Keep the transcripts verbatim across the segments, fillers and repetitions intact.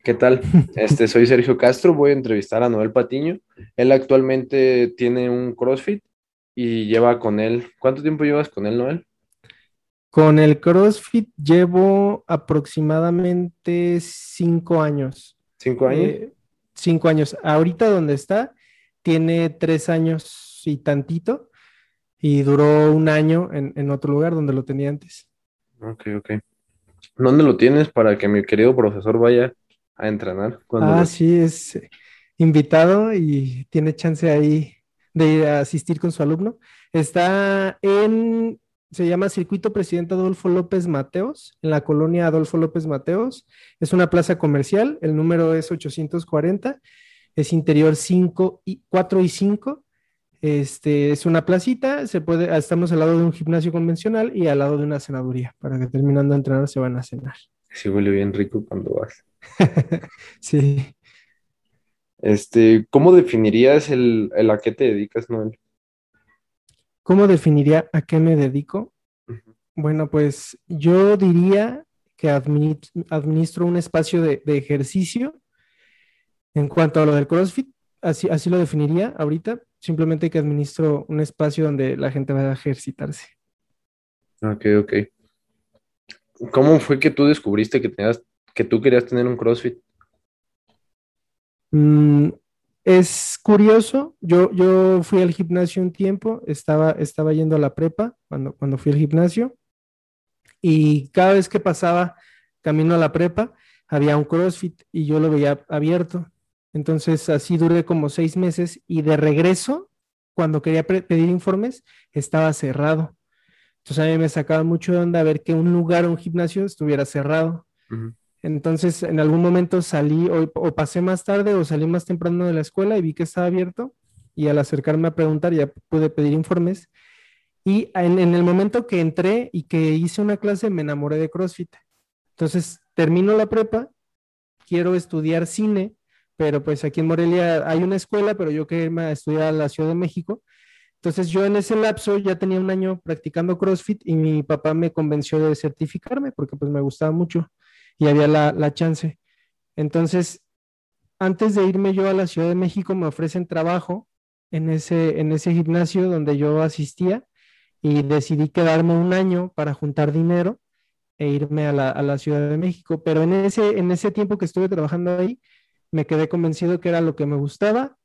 ¿Qué tal? Este, soy Sergio Castro, voy a entrevistar a Noel Patiño. Él actualmente tiene un CrossFit y lleva con él. ¿Cuánto tiempo llevas con él, Noel? Con el CrossFit llevo aproximadamente cinco años. ¿Cinco años? Eh, Cinco años. Ahorita donde está, tiene tres años y tantito, y duró un año en, en otro lugar donde lo tenía antes. Ok, ok. ¿Dónde lo tienes para que mi querido profesor vaya a entrenar cuando Ah, lo... sí, es eh, invitado y tiene chance ahí de ir a asistir con su alumno. Está en, se llama Circuito Presidente Adolfo López Mateos, en la colonia Adolfo López Mateos. Es una plaza comercial, el número es ochocientos cuarenta, es interior cinco y cuatro y cinco. Este, es una placita, se puede, estamos al lado de un gimnasio convencional y al lado de una cenaduría, para que terminando de entrenar se van a cenar. Sí, huele bien rico cuando vas. Sí. Este, ¿cómo definirías el, el a qué te dedicas, Noel? ¿Cómo definiría a qué me dedico? Ujú. Bueno, pues yo diría que admini- administro un espacio de, de ejercicio. En cuanto a lo del CrossFit, así, así lo definiría ahorita. Simplemente que administro un espacio donde la gente va a ejercitarse. Ok, ok. ¿Cómo fue que tú descubriste que tenías, que tú querías tener un CrossFit? Mm, es curioso, yo, yo fui al gimnasio un tiempo, estaba, estaba yendo a la prepa cuando, cuando fui al gimnasio, y cada vez que pasaba camino a la prepa había un CrossFit y yo lo veía abierto. Entonces así duré como seis meses y de regreso, cuando quería pre- pedir informes, estaba cerrado. Entonces a mí me sacaba mucho de onda ver que un lugar, un gimnasio estuviera cerrado. Ujú. Entonces en algún momento salí o, o pasé más tarde o salí más temprano de la escuela y vi que estaba abierto, y al acercarme a preguntar ya pude pedir informes, y en, en el momento que entré y que hice una clase me enamoré de CrossFit. Entonces termino la prepa, quiero estudiar cine, pero pues aquí en Morelia hay una escuela, pero yo quería irme a estudiar a la Ciudad de México. Entonces yo en ese lapso ya tenía un año practicando CrossFit y mi papá me convenció de certificarme porque pues me gustaba mucho y había la, la chance. Entonces, antes de irme yo a la Ciudad de México, me ofrecen trabajo en ese, en ese gimnasio donde yo asistía, y decidí quedarme un año para juntar dinero e irme a la, a la Ciudad de México. Pero en ese, en ese tiempo que estuve trabajando ahí, me quedé convencido que era lo que me gustaba,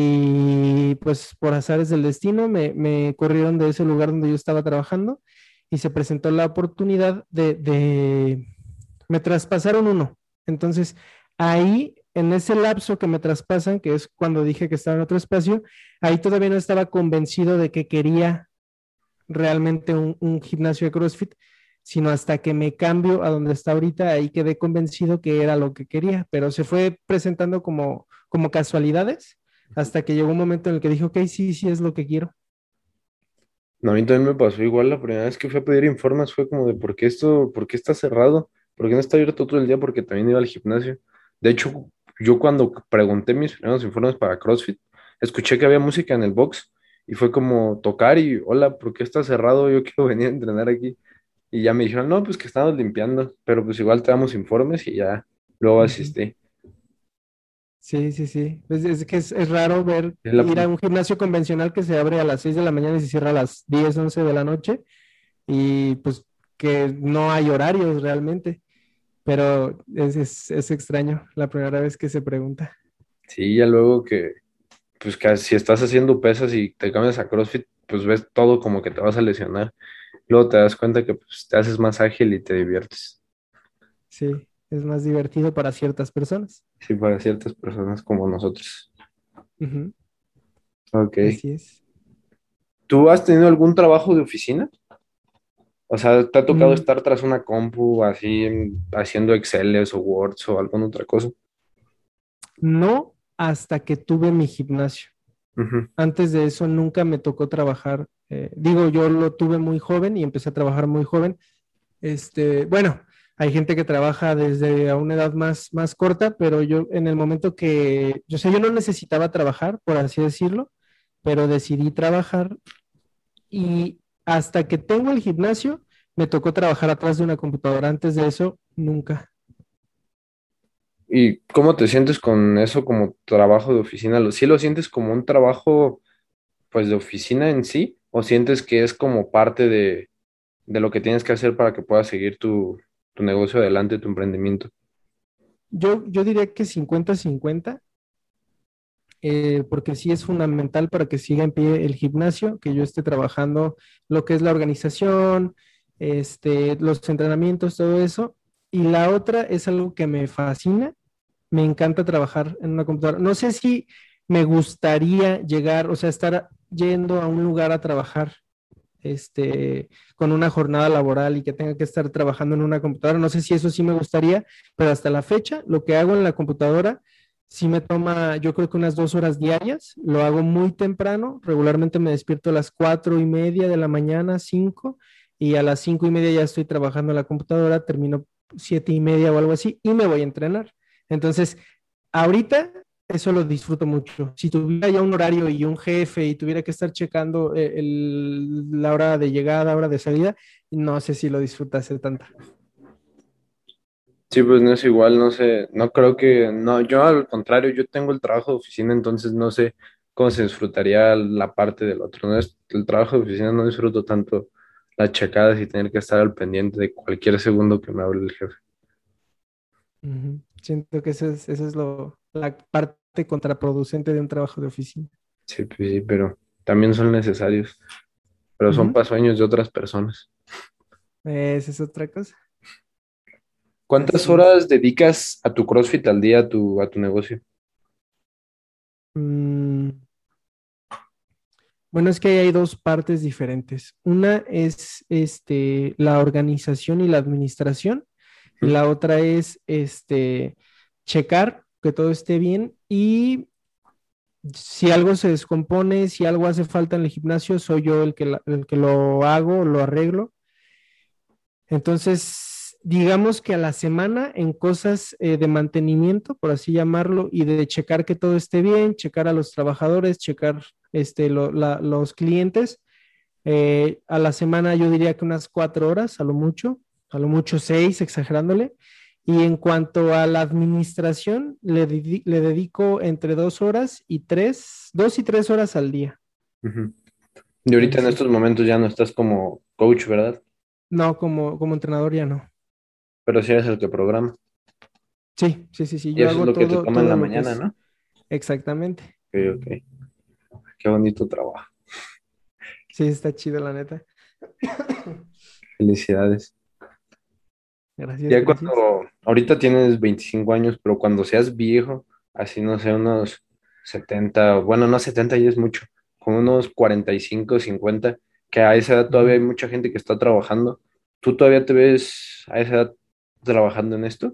y pues por azares del destino me, me corrieron de ese lugar donde yo estaba trabajando y se presentó la oportunidad de, de me traspasaron uno. Entonces, ahí, en ese lapso que me traspasan, que es cuando dije que estaba en otro espacio, ahí todavía no estaba convencido de que quería realmente un, un gimnasio de CrossFit, sino hasta que me cambio a donde está ahorita, ahí quedé convencido que era lo que quería, pero se fue presentando como, como casualidades hasta que llegó un momento en el que dije, ok, sí, sí es lo que quiero. No, a mí también me pasó igual la primera vez que fui a pedir informes, fue como de ¿por qué esto, por qué está cerrado? ¿Por qué no está abierto todo el día? Porque también iba al gimnasio. De hecho, yo cuando pregunté mis primeros informes para CrossFit, escuché que había música en el box y fue como tocar y, hola, ¿por qué está cerrado? Yo quiero venir a entrenar aquí. Y ya me dijeron, no, pues que estamos limpiando, pero pues igual te damos informes y ya luego Ujú. asistí. Sí, sí, sí. Es, es que es, es raro ver, Es la- ir a un gimnasio convencional que se abre a las seis de la mañana y se cierra a las diez once de la noche, y pues que no hay horarios realmente, pero es, es, es extraño la primera vez que se pregunta. sí, ya luego que, pues que si estás haciendo pesas y te cambias a CrossFit, pues ves todo como que te vas a lesionar. Luego te das cuenta que pues, te haces más ágil y te diviertes. Sí, es más divertido para ciertas personas. Sí, para ciertas personas como nosotros. Ujú, Ok. así es. ¿Tú has tenido algún trabajo de oficina? O sea, ¿te ha tocado Mm, estar tras una compu así en- haciendo Exceles o Words o alguna otra cosa? no, hasta que tuve mi gimnasio. Ujú. Antes de eso nunca me tocó trabajar. Eh, digo, yo lo tuve muy joven y empecé a trabajar muy joven. Este, bueno, hay gente que trabaja desde a una edad más, más corta, pero yo en el momento que, yo sé, yo no necesitaba trabajar, por así decirlo, pero decidí trabajar, y hasta que tengo el gimnasio me tocó trabajar atrás de una computadora. Antes de eso, nunca. ¿Y cómo te sientes con eso como trabajo de oficina? ¿Lo- ¿Sí lo sientes como un trabajo, pues, de oficina en sí? ¿O sientes que es como parte de, de lo que tienes que hacer para que puedas seguir tu, tu negocio adelante, tu emprendimiento? Yo, yo diría que cincuenta-cincuenta, eh, porque sí es fundamental para que siga en pie el gimnasio, que yo esté trabajando lo que es la organización, este, los entrenamientos, todo eso. Y la otra es algo que me fascina, me encanta trabajar en una computadora. No sé si me gustaría llegar, o sea, estar yendo a un lugar a trabajar, este, con una jornada laboral y que tenga que estar trabajando en una computadora. No sé si eso sí me gustaría, pero hasta la fecha, lo que hago en la computadora sí me toma, yo creo que unas dos horas diarias. Lo hago muy temprano. Regularmente me despierto a las cuatro y media de la mañana, cinco, y a las cinco y media ya estoy trabajando en la computadora, termino siete y media o algo así y me voy a entrenar. Entonces, ahorita eso lo disfruto mucho. Si tuviera ya un horario y un jefe y tuviera que estar checando eh, el- la hora de llegada, hora de salida, no sé si lo disfrutase tanto. Sí, pues no es igual, no sé, no creo que, no, yo al contrario, yo tengo el trabajo de oficina, entonces no sé cómo se disfrutaría la parte del otro, no es, el trabajo de oficina no disfruto tanto las checadas y tener que estar al pendiente de cualquier segundo que me hable el jefe. Ujú. Siento que eso es, eso es lo, la parte contraproducente de un trabajo de oficina. Sí, pues sí, pero también son necesarios, pero son Ujú. para sueños de otras personas. Esa es otra cosa. ¿Cuántas Así es. horas dedicas a tu CrossFit al día, a tu, a tu negocio? Mm, bueno, es que hay dos partes diferentes. Una es este, la organización y la administración, y ¿Mm? la otra es este, checar que todo esté bien, y si algo se descompone, si algo hace falta en el gimnasio, soy yo el que, la- el que lo hago, lo arreglo. Entonces, digamos que a la semana en cosas eh, de mantenimiento, por así llamarlo, y de checar que todo esté bien, checar a los trabajadores, checar este, lo- la- los clientes, eh, a la semana yo diría que unas cuatro horas, a lo mucho, a lo mucho seis, exagerándole. Y en cuanto a la administración, le, dedi- le dedico entre dos horas y tres, dos y tres horas al día. Ujú. Y Ahí ahorita en sí. estos momentos ya no estás como coach, ¿verdad? No, como, como entrenador ya no. Pero sí eres el que programa. Sí, sí, sí, sí. Y Yo eso es hago lo que te todo, toma en todo la lo que mañana, es ¿no? exactamente. Ok, ok. Qué bonito trabajo. Sí, está chido, la neta. Felicidades. Gracias, Ya gracias. cuando, ahorita tienes veinticinco años, pero cuando seas viejo, así no sé, unos setenta, bueno, no setenta ya es mucho, como unos cuarenta y cinco, cincuenta, que a esa edad todavía hay Ujú. mucha gente que está trabajando. ¿Tú todavía te ves a esa edad trabajando en esto?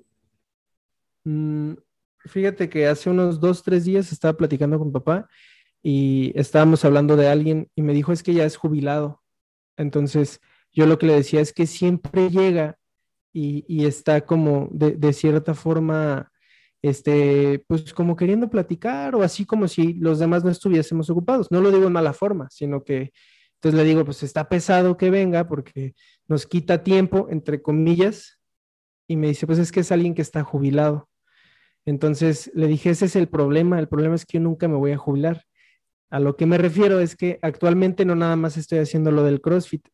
Mm, fíjate que hace unos dos, tres días estaba platicando con papá y estábamos hablando de alguien y me dijo es que ya es jubilado. Entonces, yo lo que le decía es que siempre llega y, y está como de, de cierta forma, este, pues como queriendo platicar o así como si los demás no estuviésemos ocupados. No lo digo en mala forma, sino que entonces le digo, pues está pesado que venga porque nos quita tiempo, entre comillas, y me dice, pues es que es alguien que está jubilado. Entonces le dije, ese es el problema, el problema es que yo nunca me voy a jubilar. A lo que me refiero es que actualmente no nada más estoy haciendo lo del CrossFit,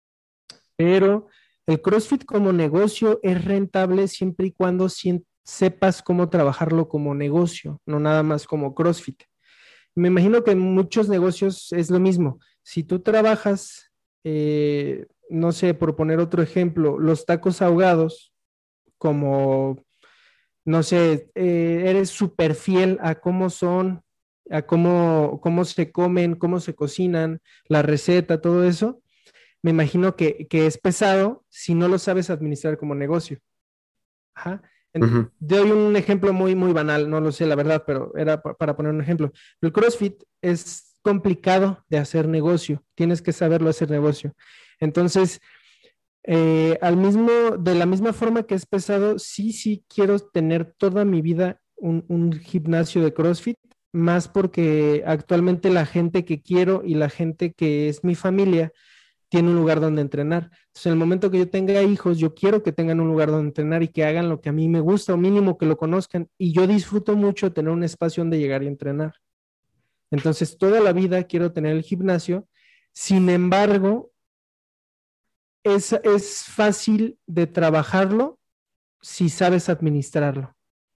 pero el CrossFit como negocio es rentable siempre y cuando sien- sepas cómo trabajarlo como negocio, no nada más como CrossFit. Me imagino que en muchos negocios es lo mismo. Si tú trabajas, eh, no sé, por poner otro ejemplo, los tacos ahogados, como, no sé, eh, eres súper fiel a cómo son, a cómo, cómo se comen, cómo se cocinan, la receta, todo eso, me imagino que, que es pesado si no lo sabes administrar como negocio. Ajá. En- Ujú. doy un ejemplo muy, muy banal, no lo sé la verdad, pero era pa- para poner un ejemplo. El CrossFit es complicado de hacer negocio, tienes que saberlo hacer negocio. Entonces, eh, al mismo, de la misma forma que es pesado, sí, sí quiero tener toda mi vida un, un gimnasio de CrossFit, más porque actualmente la gente que quiero y la gente que es mi familia tiene un lugar donde entrenar. Entonces, en el momento que yo tenga hijos, yo quiero que tengan un lugar donde entrenar y que hagan lo que a mí me gusta, o mínimo que lo conozcan. Y yo disfruto mucho tener un espacio donde llegar y entrenar. Entonces, toda la vida quiero tener el gimnasio. Sin embargo, es, es fácil de trabajarlo si sabes administrarlo.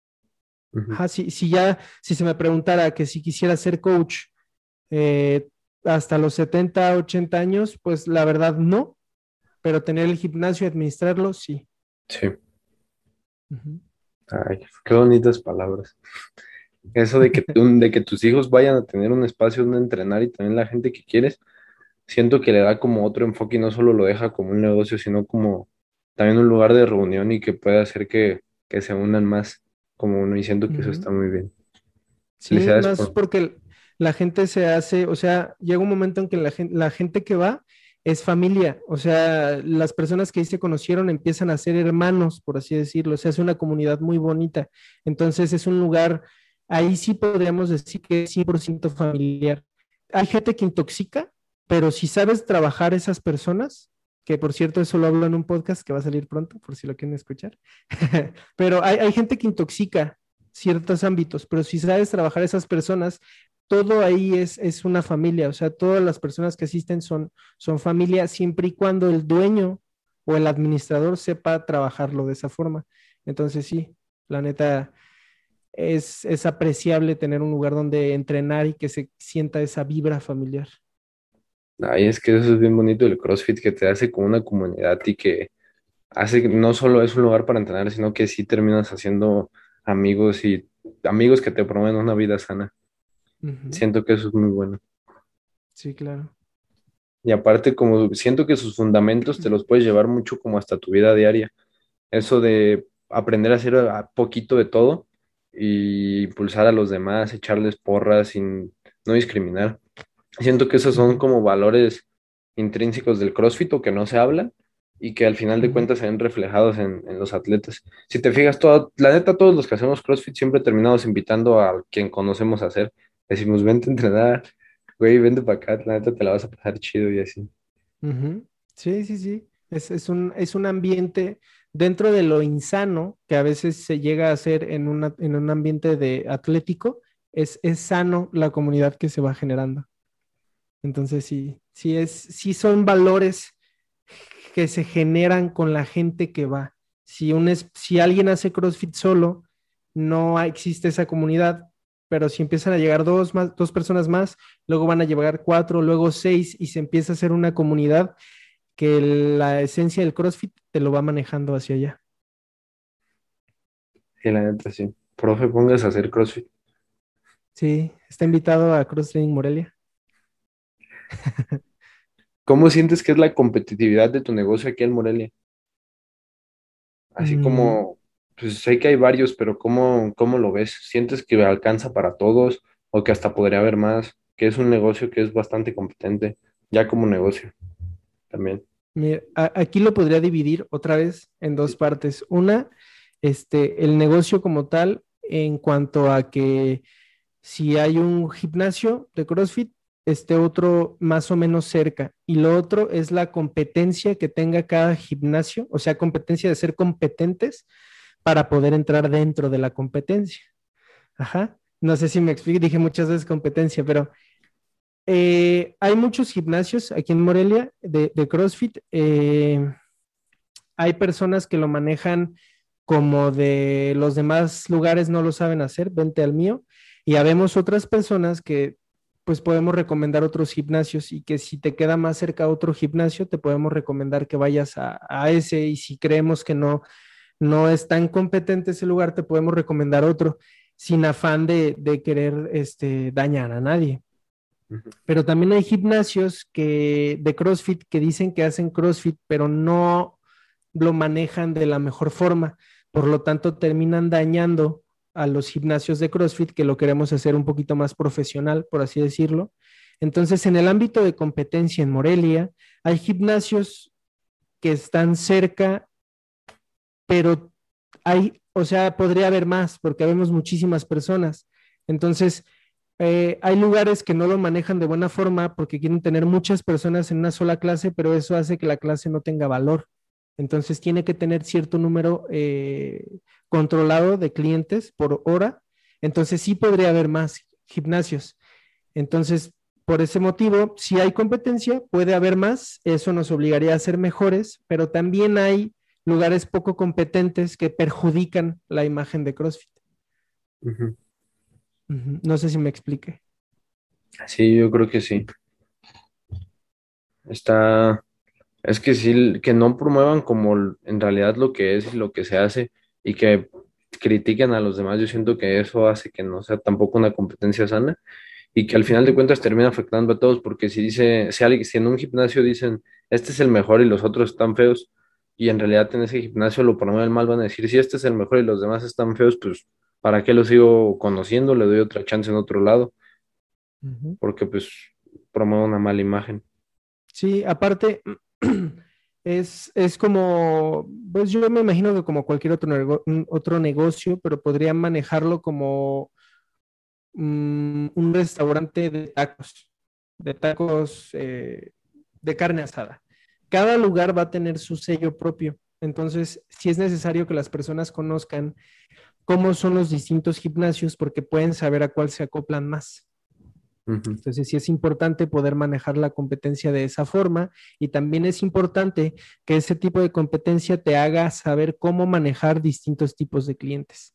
Ujú. Ajá, si, si ya, si se me preguntara que si quisiera ser coach eh, hasta los setenta, ochenta años, pues la verdad no, pero tener el gimnasio y administrarlo, sí. Sí. Ujú. Ay, qué bonitas palabras. Eso de que, tu- de que tus hijos vayan a tener un espacio donde entrenar y también la gente que quieres, siento que le da como otro enfoque y no solo lo deja como un negocio, sino como también un lugar de reunión y que puede hacer que, que se unan más como uno y siento que eso está Ujú. muy bien. Sí, Felicidades más por... porque la gente se hace, o sea, llega un momento en que la gente, la gente que va es familia, o sea, las personas que ahí se conocieron empiezan a ser hermanos, por así decirlo, o sea, es una comunidad muy bonita. Entonces es un lugar, ahí sí podríamos decir que es cien por ciento familiar. Hay gente que intoxica, pero si sabes trabajar esas personas, que por cierto eso lo hablo en un podcast que va a salir pronto, por si lo quieren escuchar, pero hay, hay gente que intoxica ciertos ámbitos, pero si sabes trabajar esas personas, todo ahí es, es una familia, o sea, todas las personas que asisten son, son familia siempre y cuando el dueño o el administrador sepa trabajarlo de esa forma. Entonces sí, la neta es, es apreciable tener un lugar donde entrenar y que se sienta esa vibra familiar. Ay, es que eso es bien bonito el CrossFit, que te hace como una comunidad y que hace que no solo es un lugar para entrenar, sino que sí terminas haciendo amigos y amigos que te promueven una vida sana. Ujú. Siento que eso es muy bueno. Sí, claro. Y aparte, como siento que sus fundamentos te los puedes llevar mucho como hasta tu vida diaria. Eso de aprender a hacer a poquito de todo y impulsar a los demás, echarles porras sin no discriminar. Siento que esos son Ujú, como valores intrínsecos del CrossFit o que no se hablan y que al final de ujú. cuentas se ven reflejados en, en los atletas. Si te fijas, todo, la neta, todos los que hacemos CrossFit siempre terminamos invitando a quien conocemos a hacer. Decimos, vente a entrenar, güey, vente para acá, la neta te la vas a pasar chido y así. Ujú. Sí, sí, sí. Es, es un, es un ambiente dentro de lo insano que a veces se llega a hacer en, una, en un ambiente de atlético, es, es sano la comunidad que se va generando. Entonces, sí, sí, es, sí son valores que se generan con la gente que va. Si, un es, si alguien hace CrossFit solo, no existe esa comunidad, pero si empiezan a llegar dos, más, dos personas más, luego van a llegar cuatro, luego seis y se empieza a hacer una comunidad que la esencia del CrossFit te lo va manejando hacia allá. Y la neta, sí. Profe, pongas a hacer CrossFit. Sí, está invitado a Cross Training Morelia. ¿Cómo sientes que es la competitividad de tu negocio aquí en Morelia? Así Mm, como, pues sé que hay varios, pero ¿cómo, cómo lo ves? ¿Sientes que alcanza para todos o que hasta podría haber más? Que es un negocio que es bastante competente, ya como negocio también. mira, a- aquí lo podría dividir otra vez en dos Sí. partes. Una, este, el negocio como tal, en cuanto a que si hay un gimnasio de CrossFit, esté otro más o menos cerca. Y lo otro es la competencia que tenga cada gimnasio, o sea, competencia de ser competentes para poder entrar dentro de la competencia. Ajá. No sé si me explico, dije muchas veces competencia, pero eh, hay muchos gimnasios aquí en Morelia de, de CrossFit. Eh, hay personas que lo manejan como de los demás lugares no lo saben hacer, vente al mío. Y habemos otras personas que pues podemos recomendar otros gimnasios y que si te queda más cerca otro gimnasio, te podemos recomendar que vayas a, a ese y si creemos que no, no es tan competente ese lugar, te podemos recomendar otro sin afán de, de querer este, dañar a nadie. Ujú. Pero también hay gimnasios que, de CrossFit que dicen que hacen CrossFit, pero no lo manejan de la mejor forma. Por lo tanto, terminan dañando a los gimnasios de CrossFit que lo queremos hacer un poquito más profesional, por así decirlo. Entonces, en el ámbito de competencia en Morelia, hay gimnasios que están cerca, pero hay, o sea, podría haber más porque vemos muchísimas personas. Entonces, Eh, hay lugares que no lo manejan de buena forma porque quieren tener muchas personas en una sola clase, pero eso hace que la clase no tenga valor. Entonces tiene que tener cierto número eh, controlado de clientes por hora. Entonces sí podría haber más gimnasios. Entonces, por ese motivo, si hay competencia, puede haber más. Eso nos obligaría a ser mejores, pero también hay lugares poco competentes que perjudican la imagen de CrossFit. Ujú. Ujú. No sé si me explique. Sí, yo creo que sí. Está, es que sí, que no promuevan como l- en realidad lo que es y lo que se hace y que critiquen a los demás. Yo siento que eso hace que no sea tampoco una competencia sana y que al final de Ujú. cuentas termina afectando a todos, porque si dice, si, alguien, si en un gimnasio dicen, este es el mejor y los otros están feos, y en realidad en ese gimnasio lo promueven mal, van a decir, si este es el mejor y los demás están feos, pues, ¿para qué lo sigo conociendo? Le doy otra chance en otro lado, Ujú. porque pues promueve una mala imagen. Sí, aparte, es, es como, pues yo me imagino que como cualquier otro, nego- un- otro negocio, pero podrían manejarlo como mm, un restaurante de tacos, de tacos eh, de carne asada. Cada lugar va a tener su sello propio. Entonces, sí es necesario que las personas conozcan cómo son los distintos gimnasios porque pueden saber a cuál se acoplan más. Ujú. Entonces, sí es importante poder manejar la competencia de esa forma y también es importante que ese tipo de competencia te haga saber cómo manejar distintos tipos de clientes.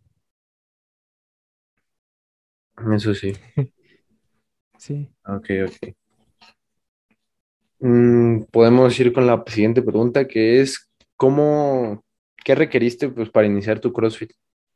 Eso sí. Sí. Ok, ok. Mm, podemos ir con la siguiente pregunta, que es, ¿cómo, qué requeriste pues para iniciar tu CrossFit?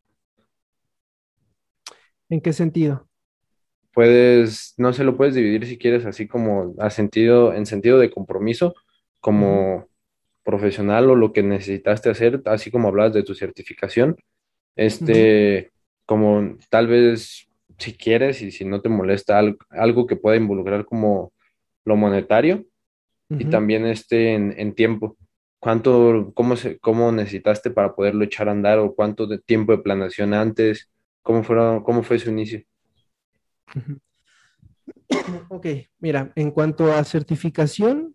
¿En qué sentido? Puedes, no se lo puedes dividir si quieres así como a sentido, en sentido de compromiso, Ujú, como profesional o lo que necesitaste hacer, así como hablabas de tu certificación, ujú, este, como tal vez si quieres y si no te molesta al- algo que pueda involucrar como lo monetario y ujú. también este en, en tiempo. ¿Cuánto, cómo se, cómo necesitaste para poderlo echar a andar o cuánto de tiempo de planeación antes? ¿Cómo fueron, cómo fue su inicio? Ujú. Ok, mira, en cuanto a certificación,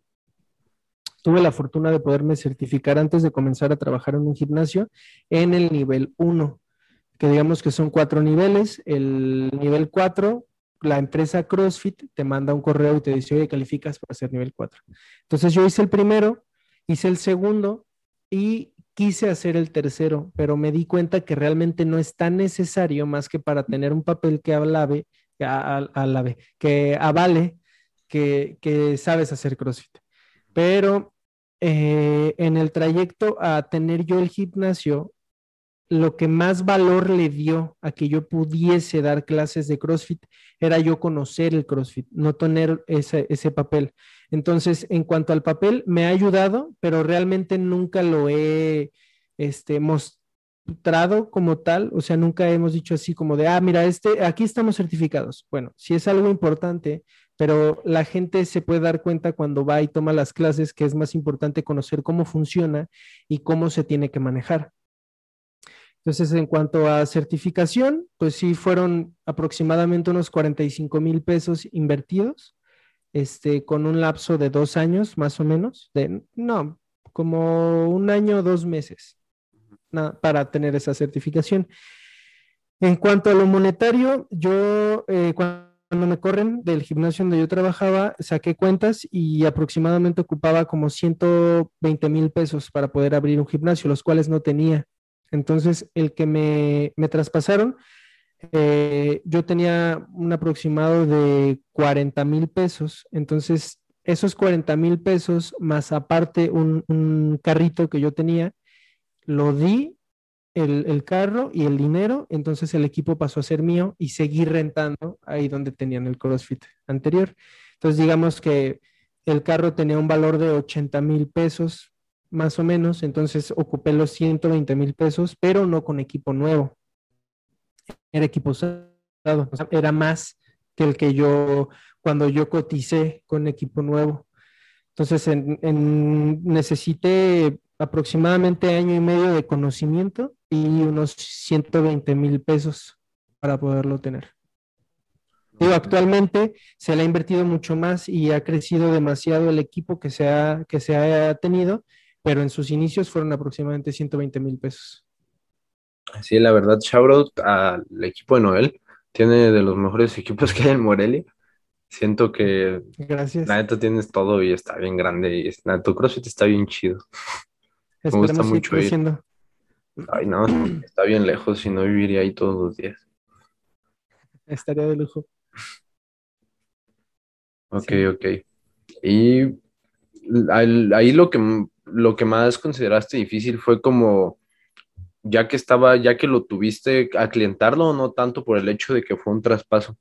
tuve la fortuna de poderme certificar antes de comenzar a trabajar en un gimnasio en el nivel uno, que digamos que son cuatro niveles. El nivel cuatro, la empresa CrossFit te manda un correo y te dice, oye, calificas para ser nivel cuatro. Entonces yo hice el primero, hice el segundo y quise hacer el tercero, pero me di cuenta que realmente no es tan necesario más que para tener un papel que alabe, que, a- a- alabe, que avale que, que sabes hacer CrossFit. Pero eh, en el trayecto a tener yo el gimnasio, lo que más valor le dio a que yo pudiese dar clases de CrossFit era yo conocer el CrossFit, no tener ese, ese papel. Entonces, en cuanto al papel, me ha ayudado, pero realmente nunca lo he este, mostrado como tal, o sea, nunca hemos dicho así como de, ah, mira, este, aquí estamos certificados. Bueno, sí es algo importante, pero la gente se puede dar cuenta cuando va y toma las clases que es más importante conocer cómo funciona y cómo se tiene que manejar. Entonces, en cuanto a certificación, pues sí fueron aproximadamente unos cuarenta y cinco mil pesos invertidos, este, con un lapso de dos años más o menos, de, no, como un año o dos meses na- para tener esa certificación. En cuanto a lo monetario, yo eh, cuando me corren del gimnasio donde yo trabajaba, saqué cuentas y aproximadamente ocupaba como ciento veinte mil pesos para poder abrir un gimnasio, los cuales no tenía. Entonces, el que me, me traspasaron, eh, yo tenía un aproximado de cuarenta mil pesos. Entonces, esos cuarenta mil pesos, más aparte un, un carrito que yo tenía, lo di el, el carro y el dinero, entonces el equipo pasó a ser mío y seguí rentando ahí donde tenían el CrossFit anterior. Entonces digamos que el carro tenía un valor de ochenta mil pesos más o menos, entonces ocupé los ciento veinte mil pesos, pero no con equipo nuevo, era equipo usado, o sea, era más que el que yo, cuando yo coticé con equipo nuevo. Entonces, en, en, necesité aproximadamente año y medio de conocimiento y unos ciento veinte mil pesos para poderlo tener. Digo, Ujú. actualmente se le ha invertido mucho más y ha crecido demasiado el equipo que se ha, que se ha tenido, pero en sus inicios fueron aproximadamente ciento veinte mil pesos. Sí, la verdad, shout out al equipo de Noel. Tiene de los mejores equipos que hay en Morelia. Siento que la Gracias. neta tienes todo y está bien grande. Y es- la neta, tu CrossFit está bien chido. Me gusta Esperemos seguir mucho ir. creciendo. Ay, no, está bien lejos y no viviría ahí todos los días. Estaría de lujo. Ok, Sí. ok. Y al- ahí lo que, m- lo que más consideraste difícil fue como, ya que estaba, ya que lo tuviste, a clientarlo, no tanto por el hecho de que fue un traspaso.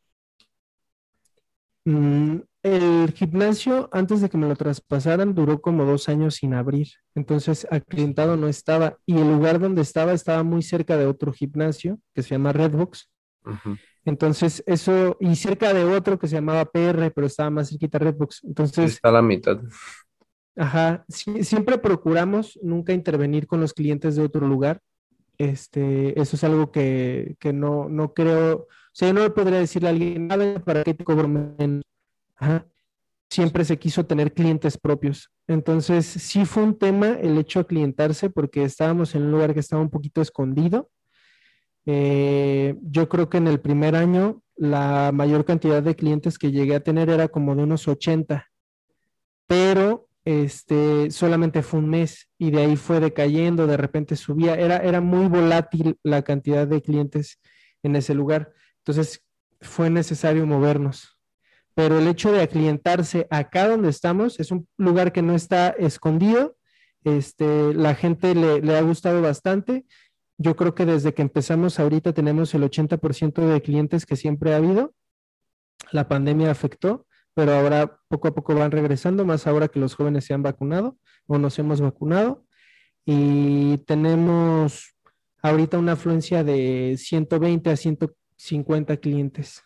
Mm, el gimnasio, antes de que me lo traspasaran, duró como dos años sin abrir. Entonces, aclientado no estaba. Y el lugar donde estaba estaba muy cerca de otro gimnasio que se llama Redbox. Ujú. Entonces, eso, y cerca de otro que se llamaba P R, pero estaba más cerquita Redbox. Sí, Entonces, está a la mitad. ajá, sí- siempre procuramos nunca intervenir con los clientes de otro lugar. Este, eso es algo que, que no, no creo, o sea, yo no le podría decirle a alguien, "Ah, ven, ¿para qué te cobro menos?". Ajá. Siempre se quiso tener clientes propios. Entonces, sí fue un tema el hecho de clientarse porque estábamos en un lugar que estaba un poquito escondido. Eh, yo creo que en el primer año la mayor cantidad de clientes que llegué a tener era como de unos ochenta, pero este, solamente fue un mes y de ahí fue decayendo, de repente subía, era, era muy volátil la cantidad de clientes en ese lugar. Entonces, fue necesario movernos, pero el hecho de aclientarse acá donde estamos es un lugar que no está escondido. Este, la gente le, le ha gustado bastante. Yo creo que desde que empezamos ahorita tenemos el ochenta por ciento de clientes que siempre ha habido. La pandemia afectó, pero ahora poco a poco van regresando, más ahora que los jóvenes se han vacunado o nos hemos vacunado. Y tenemos ahorita una afluencia de ciento veinte a ciento cincuenta clientes.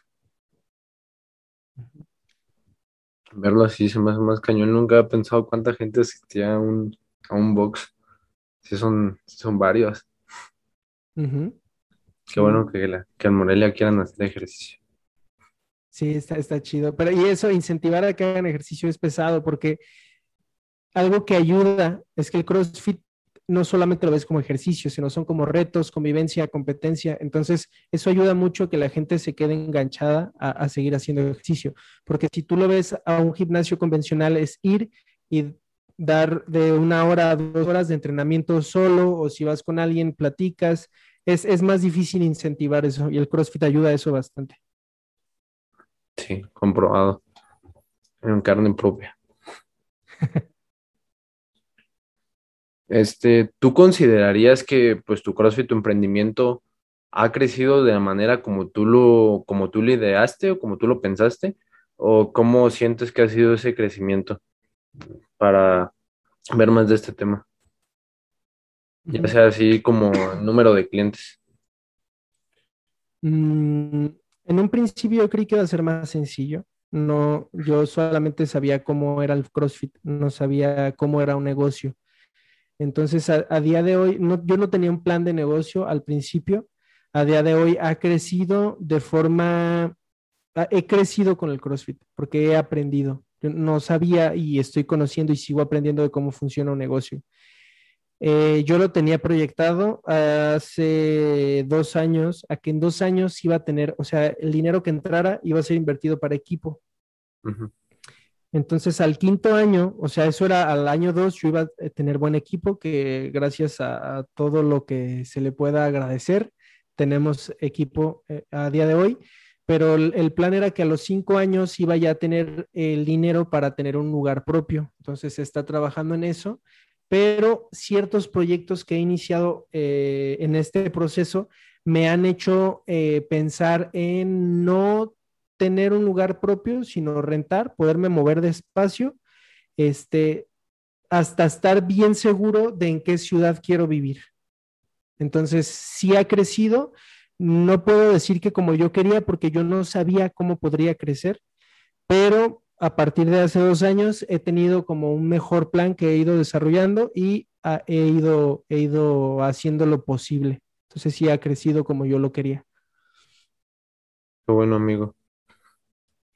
Verlo así se me hace más cañón. Nunca he pensado cuánta gente asistía a un, a un box. Sí son, sí son varios. Ujú. Qué bueno Sí. que, la, que en Morelia quieran hacer ejercicio. Sí, está, está chido. Pero y eso, incentivar a que hagan ejercicio es pesado porque algo que ayuda es que el CrossFit no solamente lo ves como ejercicio, sino son como retos, convivencia, competencia. Entonces, eso ayuda mucho a que la gente se quede enganchada a, a seguir haciendo ejercicio. Porque si tú lo ves a un gimnasio convencional, es ir y dar de una hora a dos horas de entrenamiento solo, o si vas con alguien, platicas. Es, es más difícil incentivar eso y el CrossFit ayuda a eso bastante. Sí, comprobado. En carne propia. Este, ¿tú considerarías que pues tu CrossFit, tu emprendimiento, ha crecido de la manera como tú lo, como tú lo ideaste o como tú lo pensaste? ¿O cómo sientes que ha sido ese crecimiento para ver más de este tema? Ya Ujú. sea así como número de clientes. Mm, en un principio yo creí que iba a ser más sencillo. No, yo solamente sabía cómo era el CrossFit, no sabía cómo era un negocio. Entonces, a, a día de hoy, no, yo no tenía un plan de negocio al principio. A día de hoy ha crecido de forma, ha- he crecido con el CrossFit porque he aprendido. Yo no sabía y estoy conociendo y sigo aprendiendo de cómo funciona un negocio. Eh, yo lo tenía proyectado hace dos años, a que en dos años iba a tener, o sea, el dinero que entrara iba a ser invertido para equipo. Ujú. Entonces, al quinto año, o sea, eso era al año dos, yo iba a tener buen equipo, que gracias a, a todo lo que se le pueda agradecer, tenemos equipo eh, a día de hoy, pero el, el plan era que a los cinco años iba ya a tener el dinero para tener un lugar propio. Entonces, se está trabajando en eso, pero ciertos proyectos que he iniciado eh, en este proceso me han hecho eh, pensar en no tener un lugar propio, sino rentar, poderme mover despacio, este, hasta estar bien seguro de en qué ciudad quiero vivir. Entonces, sí ha crecido. No puedo decir que como yo quería, porque yo no sabía cómo podría crecer, pero a partir de hace dos años he tenido como un mejor plan que he ido desarrollando y ah, he ido, he ido haciendo lo posible. Entonces sí ha crecido como yo lo quería. Qué bueno, amigo.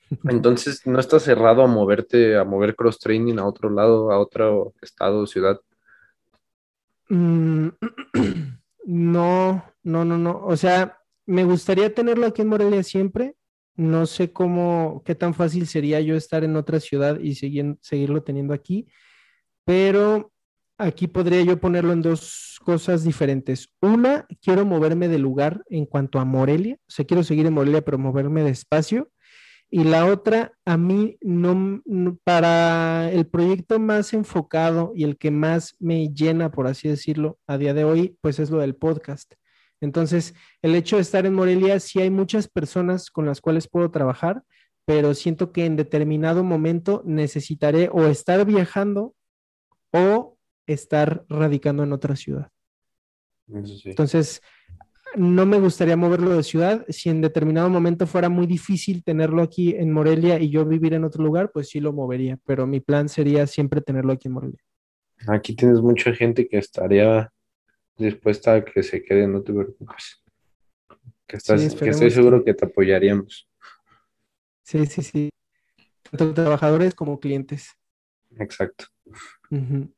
Entonces, ¿no estás cerrado a moverte, a mover cross-training a otro lado, a otro estado o ciudad? Mm, no, no, no, no. O sea, me gustaría tenerlo aquí en Morelia siempre. No sé cómo, qué tan fácil sería yo estar en otra ciudad y seguir- seguirlo teniendo aquí, pero aquí podría yo ponerlo en dos cosas diferentes. Una, quiero moverme de lugar en cuanto a Morelia. O sea, quiero seguir en Morelia, pero moverme despacio. Y la otra, a mí no, no- para el proyecto más enfocado y el que más me llena, por así decirlo, a día de hoy, pues es lo del podcast. Entonces, el hecho de estar en Morelia, sí hay muchas personas con las cuales puedo trabajar, pero siento que en determinado momento necesitaré o estar viajando o estar radicando en otra ciudad. Eso sí. Entonces, no me gustaría moverlo de ciudad. Si en determinado momento fuera muy difícil tenerlo aquí en Morelia y yo vivir en otro lugar, pues sí lo movería, pero mi plan sería siempre tenerlo aquí en Morelia. Aquí tienes mucha gente que estaría dispuesta a que se quede, no te preocupes. Que Sí, estás, que estoy esperemos seguro que que te apoyaríamos. sí, sí, sí, tanto trabajadores como clientes. Exacto. Ujú.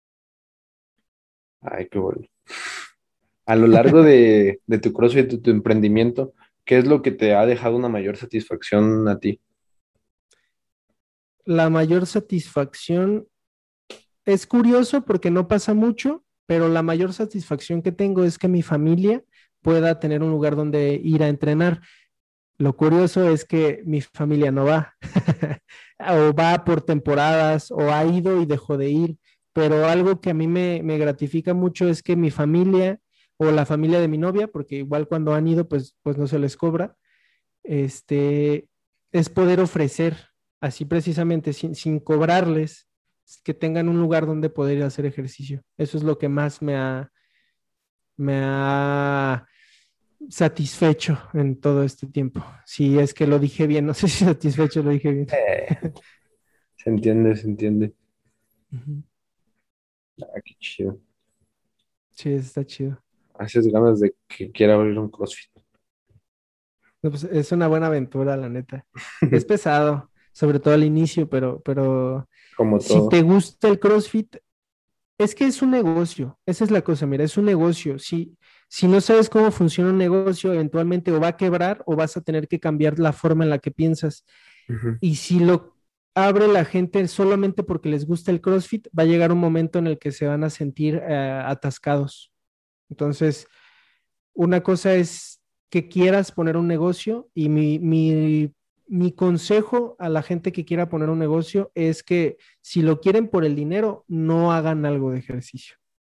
Ay, qué bueno. A lo largo de, de tu CrossFit, de tu emprendimiento, ¿qué es lo que te ha dejado una mayor satisfacción a ti? La mayor satisfacción es curioso porque no pasa mucho, pero la mayor satisfacción que tengo es que mi familia pueda tener un lugar donde ir a entrenar. Lo curioso es que mi familia no va, o va por temporadas, o ha ido y dejó de ir, pero algo que a mí me, me gratifica mucho es que mi familia o la familia de mi novia, porque igual cuando han ido, pues, pues no se les cobra, este, es poder ofrecer, así precisamente, sin, sin cobrarles, que tengan un lugar donde poder ir a hacer ejercicio. Eso es lo que más me ha, me ha satisfecho en todo este tiempo. Si es que lo dije bien, no sé si satisfecho lo dije bien. Eh, se entiende, se entiende. Ujú. Ah, qué chido. Sí, está chido. Haces ganas de que quiera abrir un CrossFit. No, pues, es una buena aventura, la neta. Es pesado, sobre todo al inicio, pero, pero Como si te todo. gusta el CrossFit, es que es un negocio. Esa es la cosa, mira, es un negocio. Si, si no sabes cómo funciona un negocio, eventualmente o va a quebrar o vas a tener que cambiar la forma en la que piensas. Ujú. Y si lo abre la gente solamente porque les gusta el CrossFit, va a llegar un momento en el que se van a sentir eh, atascados. Entonces, una cosa es que quieras poner un negocio y mi, mi, mi consejo a la gente que quiera poner un negocio es que si lo quieren por el dinero, no hagan algo de ejercicio.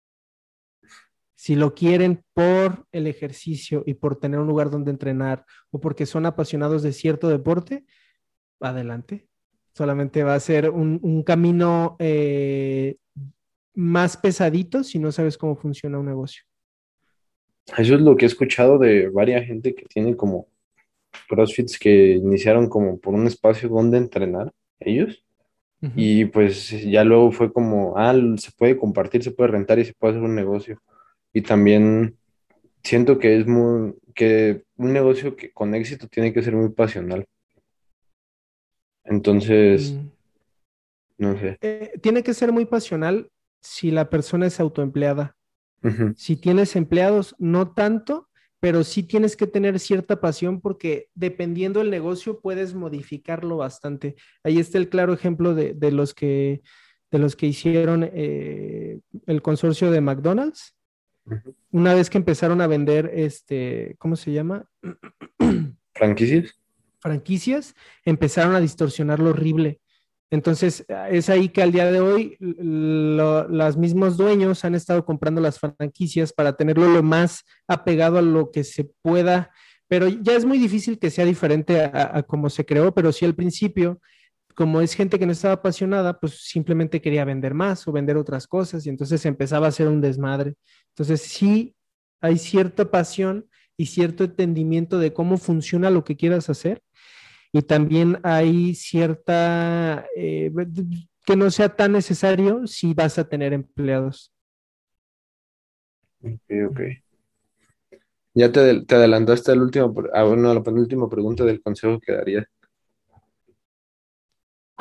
Si lo quieren por el ejercicio y por tener un lugar donde entrenar o porque son apasionados de cierto deporte, adelante. Solamente va a ser un, un camino eh, más pesadito si no sabes cómo funciona un negocio. Eso es lo que he escuchado de varias gente que tiene como CrossFits que iniciaron como por un espacio donde entrenar ellos. Ujú. Y pues ya luego fue como, ah, se puede compartir, se puede rentar y se puede hacer un negocio. Y también siento que es muy, que un negocio que con éxito tiene que ser muy pasional. Entonces, Mm. no sé. Eh, tiene que ser muy pasional si la persona es autoempleada. Ujú, Si tienes empleados, no tanto, pero sí tienes que tener cierta pasión porque dependiendo del negocio puedes modificarlo bastante. Ahí está el claro ejemplo de, de los que de los que hicieron eh, el consorcio de McDonald's. ujú. Una vez que empezaron a vender, este, ¿cómo se llama? ¿Franquicias? Franquicias, empezaron a distorsionarlo horrible. Entonces, es ahí que al día de hoy lo, los mismos dueños han estado comprando las franquicias para tenerlo lo más apegado a lo que se pueda, pero ya es muy difícil que sea diferente a, a como se creó, pero sí al principio, como es gente que no estaba apasionada, pues simplemente quería vender más o vender otras cosas y entonces empezaba a ser un desmadre. Entonces, sí hay cierta pasión y cierto entendimiento de cómo funciona lo que quieras hacer y también hay cierta, eh, que no sea tan necesario si vas a tener empleados. Ok, ok. Ya te, te adelantaste al último, ah, bueno, a la penúltima pregunta del consejo que daría.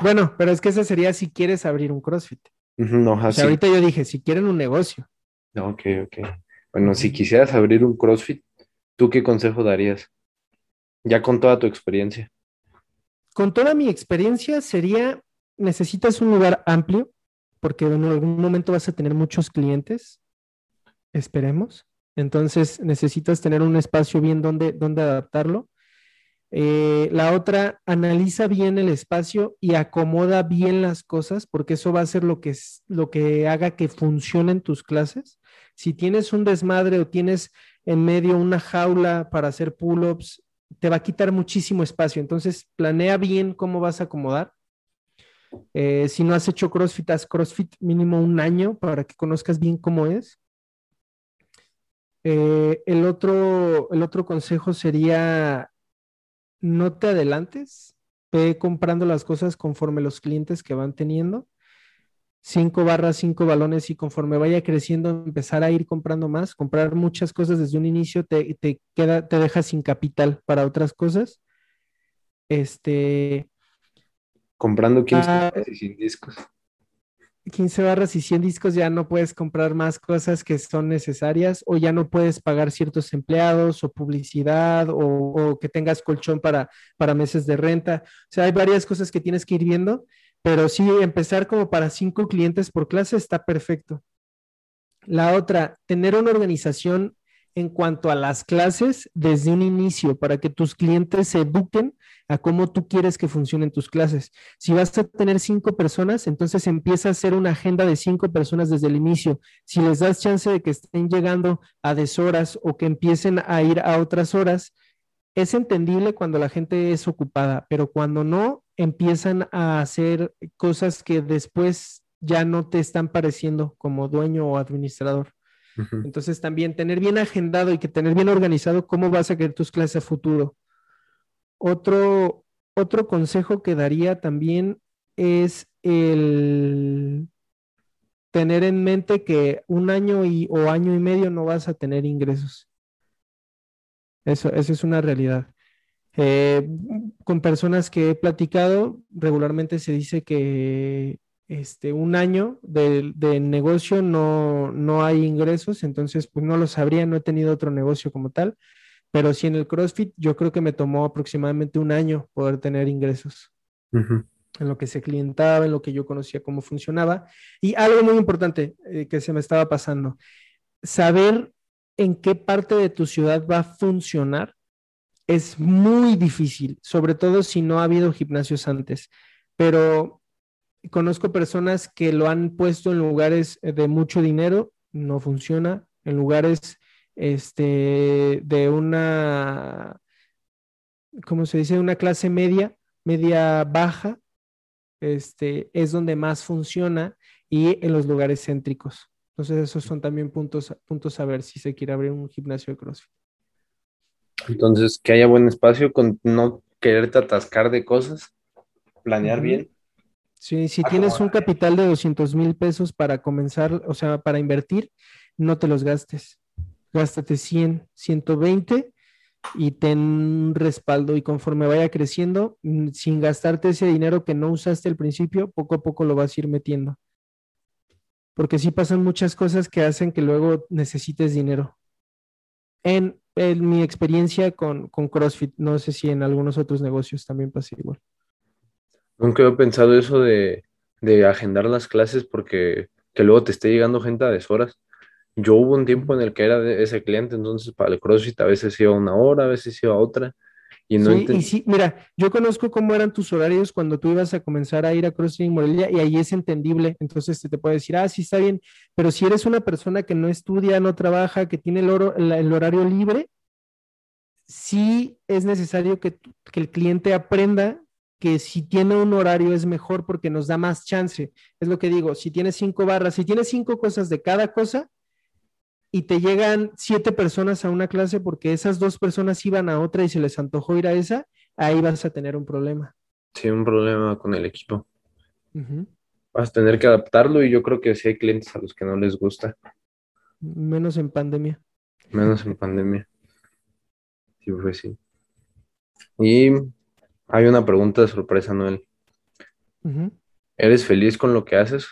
Bueno, pero es que esa sería si quieres abrir un CrossFit. Ujú, no, O sea, así. ahorita yo dije, si quieren un negocio. Ok, ok. Bueno, si Ujú. quisieras abrir un CrossFit, ¿tú qué consejo darías? Ya con toda tu experiencia. Con toda mi experiencia sería, necesitas un lugar amplio, porque en algún momento vas a tener muchos clientes, esperemos. Entonces necesitas tener un espacio bien donde, donde adaptarlo. Eh, la otra, analiza bien el espacio y acomoda bien las cosas, porque eso va a ser lo que, es, lo que haga que funcionen tus clases. Si tienes un desmadre o tienes en medio una jaula para hacer pull-ups, te va a quitar muchísimo espacio. Entonces, planea bien cómo vas a acomodar. Eh, si no has hecho CrossFit, haz CrossFit mínimo un año para que conozcas bien cómo es. Eh, el otro, el otro consejo sería no te adelantes, ve comprando las cosas conforme los clientes que van teniendo. Cinco barras, cinco balones y conforme vaya creciendo, empezar a ir comprando más, comprar muchas cosas desde un inicio te, te queda, te deja sin capital para otras cosas. Este, Comprando quince ah, barras y sin discos. quince barras y cien discos ya no puedes comprar más cosas que son necesarias o ya no puedes pagar ciertos empleados o publicidad o, o que tengas colchón para, para meses de renta. O sea, hay varias cosas que tienes que ir viendo, pero sí, empezar como para cinco clientes por clase está perfecto. La otra, tener una organización en cuanto a las clases desde un inicio para que tus clientes se eduquen a cómo tú quieres que funcionen tus clases. Si vas a tener cinco personas, entonces empieza a hacer una agenda de cinco personas desde el inicio. Si les das chance de que estén llegando a deshoras o que empiecen a ir a otras horas, es entendible cuando la gente es ocupada, pero cuando no, empiezan a hacer cosas que después ya no te están pareciendo como dueño o administrador. Ujú. Entonces también tener bien agendado y que tener bien organizado cómo vas a querer tus clases a futuro. Otro, otro consejo que daría también es el tener en mente que un año y, o año y medio no vas a tener ingresos. Eso, eso es una realidad. Eh, con personas que he platicado, regularmente se dice que este, un año de, de negocio no, no hay ingresos, entonces pues no lo sabría, no he tenido otro negocio como tal, pero sí en el CrossFit yo creo que me tomó aproximadamente un año poder tener ingresos Ujú. en lo que se clientaba, en lo que yo conocía cómo funcionaba. Y algo muy importante eh, que se me estaba pasando, saber en qué parte de tu ciudad va a funcionar es muy difícil, sobre todo si no ha habido gimnasios antes, pero conozco personas que lo han puesto en lugares eh, de mucho dinero, no funciona, en lugares este, de una, ¿cómo se dice? Una clase media, media baja, este, es donde más funciona y en los lugares céntricos. Entonces, esos son también puntos, puntos a ver si se quiere abrir un gimnasio de CrossFit. Entonces, que haya buen espacio con no quererte atascar de cosas, planear Ujú. bien. Sí, si tienes un Acomodar. capital de doscientos mil pesos para comenzar, o sea, para invertir, no te los gastes. Gástate cien, ciento veinte y ten un respaldo y conforme vaya creciendo, mm, sin gastarte ese dinero que no usaste al principio, poco a poco lo vas a ir metiendo. Porque sí pasan muchas cosas que hacen que luego necesites dinero. En, en mi experiencia con, con CrossFit, no sé si en algunos otros negocios también pasa igual. Nunca he pensado eso de, de agendar las clases porque que luego te esté llegando gente a deshoras. Yo hubo un tiempo Ujú. en el que era de ese cliente, entonces para el CrossFit a veces iba una hora, a veces iba otra, y no Sí, y enten- sí, mira, yo conozco cómo eran tus horarios cuando tú ibas a comenzar a ir a CrossFit en Morelia y ahí es entendible, entonces te, te puede decir, ah, sí, está bien, pero si eres una persona que no estudia, no trabaja, que tiene el, oro- el, el horario libre, sí es necesario que, tu- que el cliente aprenda que si tiene un horario es mejor porque nos da más chance. Es lo que digo, si tienes cinco barras, si tienes cinco cosas de cada cosa, y te llegan siete personas a una clase porque esas dos personas iban a otra y se les antojó ir a esa, ahí vas a tener un problema. sí, un problema con el equipo. Ujú. Vas a tener que adaptarlo y yo creo que sí hay clientes a los que no les gusta, Menos en pandemia. menos en pandemia. Sí, pues sí. Y hay una pregunta de sorpresa, Noel. Ujú. ¿Eres feliz con lo que haces?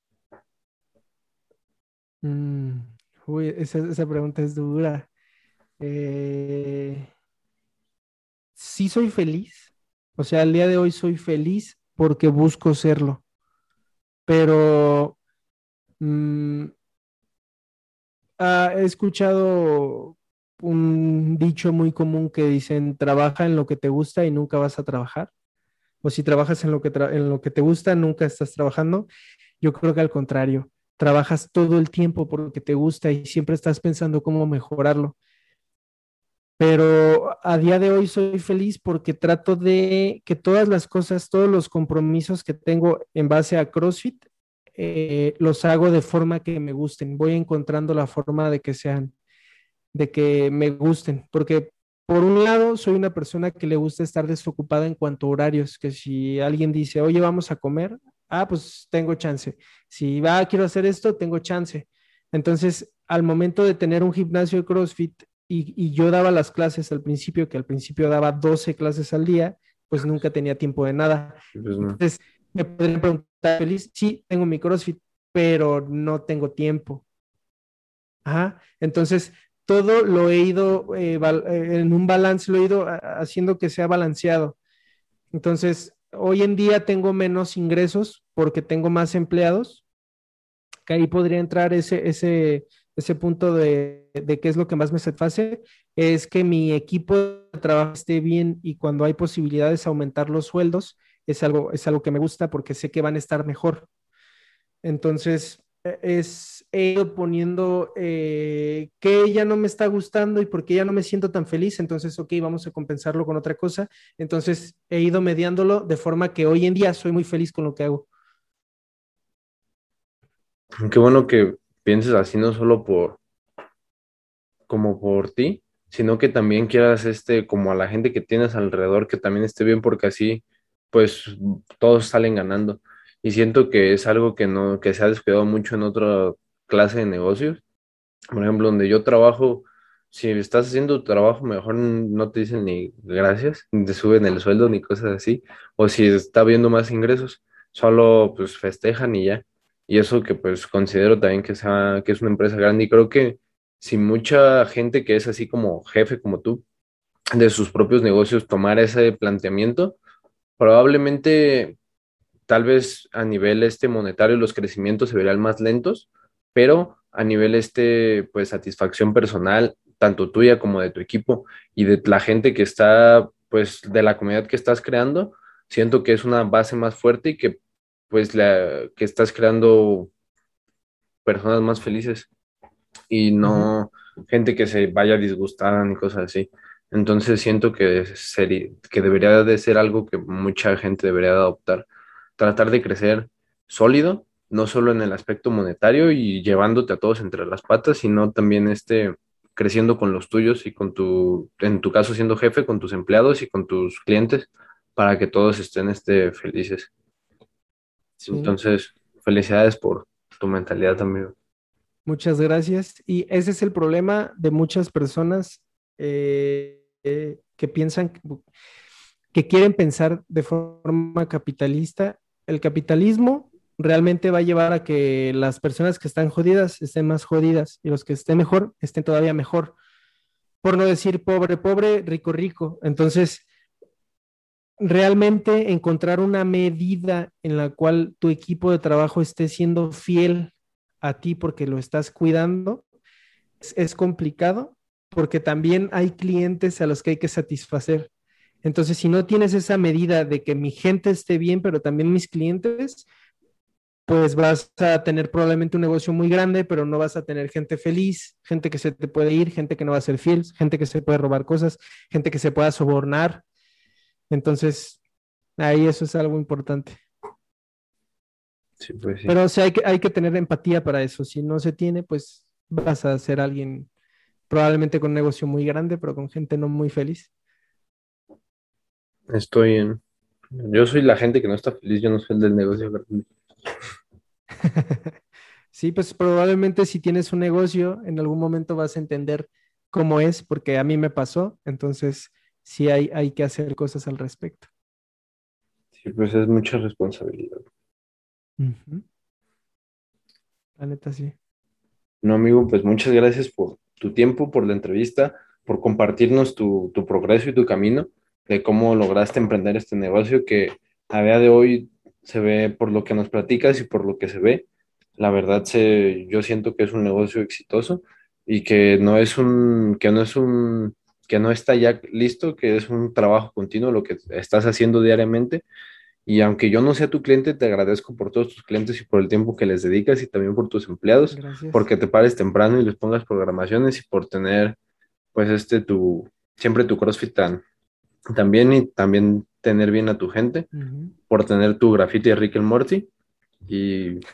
Mm, uy, esa, esa pregunta es dura. Eh, sí soy feliz. O sea, al día de hoy soy feliz porque busco serlo. Pero mm, ah, he escuchado un dicho muy común que dicen, trabaja en lo que te gusta y nunca vas a trabajar. O si trabajas en lo que, tra- en lo que te gusta, nunca estás trabajando. Yo creo que al contrario, trabajas todo el tiempo porque te gusta y siempre estás pensando cómo mejorarlo. Pero a día de hoy soy feliz porque trato de que todas las cosas, todos los compromisos que tengo en base a CrossFit, eh, los hago de forma que me gusten. Voy encontrando la forma de que sean, de que me gusten, porque por un lado soy una persona que le gusta estar desocupada en cuanto a horarios, que si alguien dice, oye, vamos a comer, ah, pues tengo chance. Si va, quiero hacer esto, tengo chance. Entonces, al momento de tener un gimnasio de CrossFit y, y yo daba las clases al principio, que al principio daba doce clases al día, pues nunca tenía tiempo de nada. Pues no. Entonces, me podrían preguntar, feliz, sí, tengo mi CrossFit, pero no tengo tiempo. Ajá. Entonces, todo lo he ido eh, bal- eh, en un balance, lo he ido a- haciendo que sea balanceado. Entonces, hoy en día tengo menos ingresos porque tengo más empleados, que ahí podría entrar ese, ese, ese punto de, de qué es lo que más me satisface, es que mi equipo de trabajo esté bien y cuando hay posibilidades de aumentar los sueldos, es algo, es algo que me gusta porque sé que van a estar mejor. Entonces, e- es, he ido poniendo eh, que ya no me está gustando y porque ya no me siento tan feliz, entonces, ok, vamos a compensarlo con otra cosa. Entonces, he ido mediándolo de forma que hoy en día soy muy feliz con lo que hago. Qué bueno que pienses así, no solo por, como por ti, sino que también quieras este, como a la gente que tienes alrededor, que también esté bien, porque así, pues, todos salen ganando. Y siento que es algo que no, que se ha descuidado mucho en otra clase de negocios. Por ejemplo, donde yo trabajo, si estás haciendo tu trabajo, mejor no te dicen ni gracias, ni te suben el sueldo, ni cosas así. O si está habiendo más ingresos, solo pues festejan y ya. Y eso que pues considero también que sea, que es una empresa grande. Y creo que si mucha gente que es así como jefe, como tú, de sus propios negocios, tomara ese planteamiento, probablemente tal vez a nivel este monetario los crecimientos se verían más lentos, pero a nivel este, pues satisfacción personal, tanto tuya como de tu equipo y de la gente que está, pues de la comunidad que estás creando, siento que es una base más fuerte y que pues la que estás creando personas más felices y Ujú. no gente que se vaya disgustada ni cosas así. Entonces siento que sería, que debería de ser algo que mucha gente debería de adoptar. Tratar de crecer sólido, no solo en el aspecto monetario y llevándote a todos entre las patas, sino también este creciendo con los tuyos y con tu, en tu caso siendo jefe, con tus empleados y con tus clientes, para que todos estén este, felices. Sí, Entonces, felicidades por tu mentalidad también. muchas gracias. Y ese es el problema de muchas personas eh, eh, que piensan, que que quieren pensar de forma capitalista. El capitalismo realmente va a llevar a que las personas que están jodidas estén más jodidas y los que estén mejor estén todavía mejor. Por no decir pobre, pobre, rico, rico. Entonces, realmente encontrar una medida en la cual tu equipo de trabajo esté siendo fiel a ti porque lo estás cuidando es, es complicado porque también hay clientes a los que hay que satisfacer. Entonces, si no tienes esa medida de que mi gente esté bien, pero también mis clientes, pues vas a tener probablemente un negocio muy grande, pero no vas a tener gente feliz, gente que se te puede ir, gente que no va a ser fiel, gente que se puede robar cosas, gente que se pueda sobornar. Entonces, ahí eso es algo importante. Sí, pues sí. Pero o sea, hay que, hay que tener empatía para eso. Si no se tiene, pues vas a ser alguien probablemente con un negocio muy grande, pero con gente no muy feliz. Estoy en... Yo soy la gente que no está feliz, yo no soy el del negocio grande. Sí, pues probablemente si tienes un negocio, en algún momento vas a entender cómo es, porque a mí me pasó, entonces sí hay, hay que hacer cosas al respecto. Sí, pues es mucha responsabilidad. Ujú. La neta, sí. No, amigo, pues muchas gracias por tu tiempo, por la entrevista, por compartirnos tu, tu progreso y tu camino de cómo lograste emprender este negocio que a día de hoy se ve por lo que nos platicas y por lo que se ve. La verdad, se, yo siento que es un negocio exitoso y que no es un, que no es un, que no está ya listo, que es un trabajo continuo lo que estás haciendo diariamente y aunque yo no sea tu cliente, te agradezco por todos tus clientes y por el tiempo que les dedicas y también por tus empleados, Gracias. porque te pares temprano y les pongas programaciones y por tener, pues, este, tu, siempre tu CrossFit tan, también y también tener bien a tu gente, Ujú. por tener tu graffiti de Rick and Morty y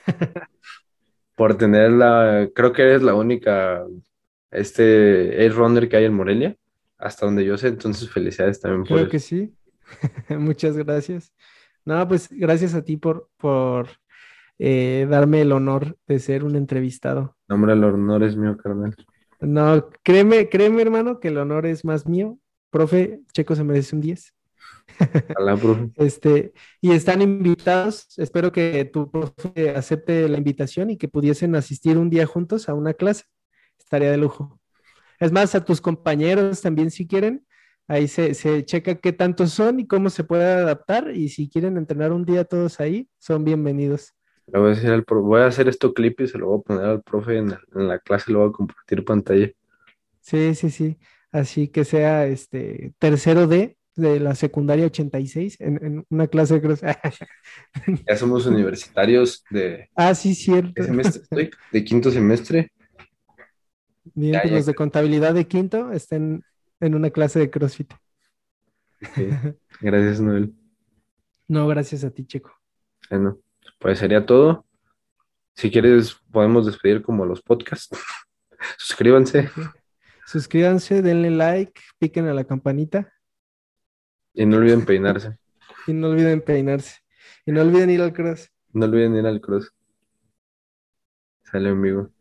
por tener la, creo que eres la única, este, Ace Runner que hay en Morelia, hasta donde yo sé, entonces felicidades también por Creo eso. que sí. Muchas gracias. No, pues gracias a ti por, por eh, darme el honor de ser un entrevistado. No, hombre, el honor es mío, carnal. No, créeme, créeme, hermano, que el honor es más mío. Profe, Checo se merece un diez. Ojalá, profe. Este, y están invitados. Espero que tu profe acepte la invitación y que pudiesen asistir un día juntos a una clase. Estaría de lujo. Es más, a tus compañeros también si quieren. Ahí se, se checa qué tantos son y cómo se puede adaptar. Y si quieren entrenar un día todos ahí, son bienvenidos. Le voy a decir al pro- voy a hacer esto clip y se lo voy a poner al profe en la, en la clase, lo voy a compartir pantalla. Sí, sí, sí. Así que sea este tercero D de la secundaria ochenta y seis en, en una clase de cross. Ya somos universitarios de, Ah, sí, ¿qué cierto. semestre estoy? De quinto semestre. Bien, Ya, pues ya, los de contabilidad de quinto estén en una clase de CrossFit. ok. Gracias, Noel. No, gracias a ti, Checo. Bueno, pues sería todo. Si quieres, podemos despedir como los podcasts. Suscríbanse Ok. Suscríbanse, denle like, piquen a la campanita y no olviden peinarse. y no olviden peinarse. Y no olviden ir al cross. No olviden ir al cross. Sale, amigo.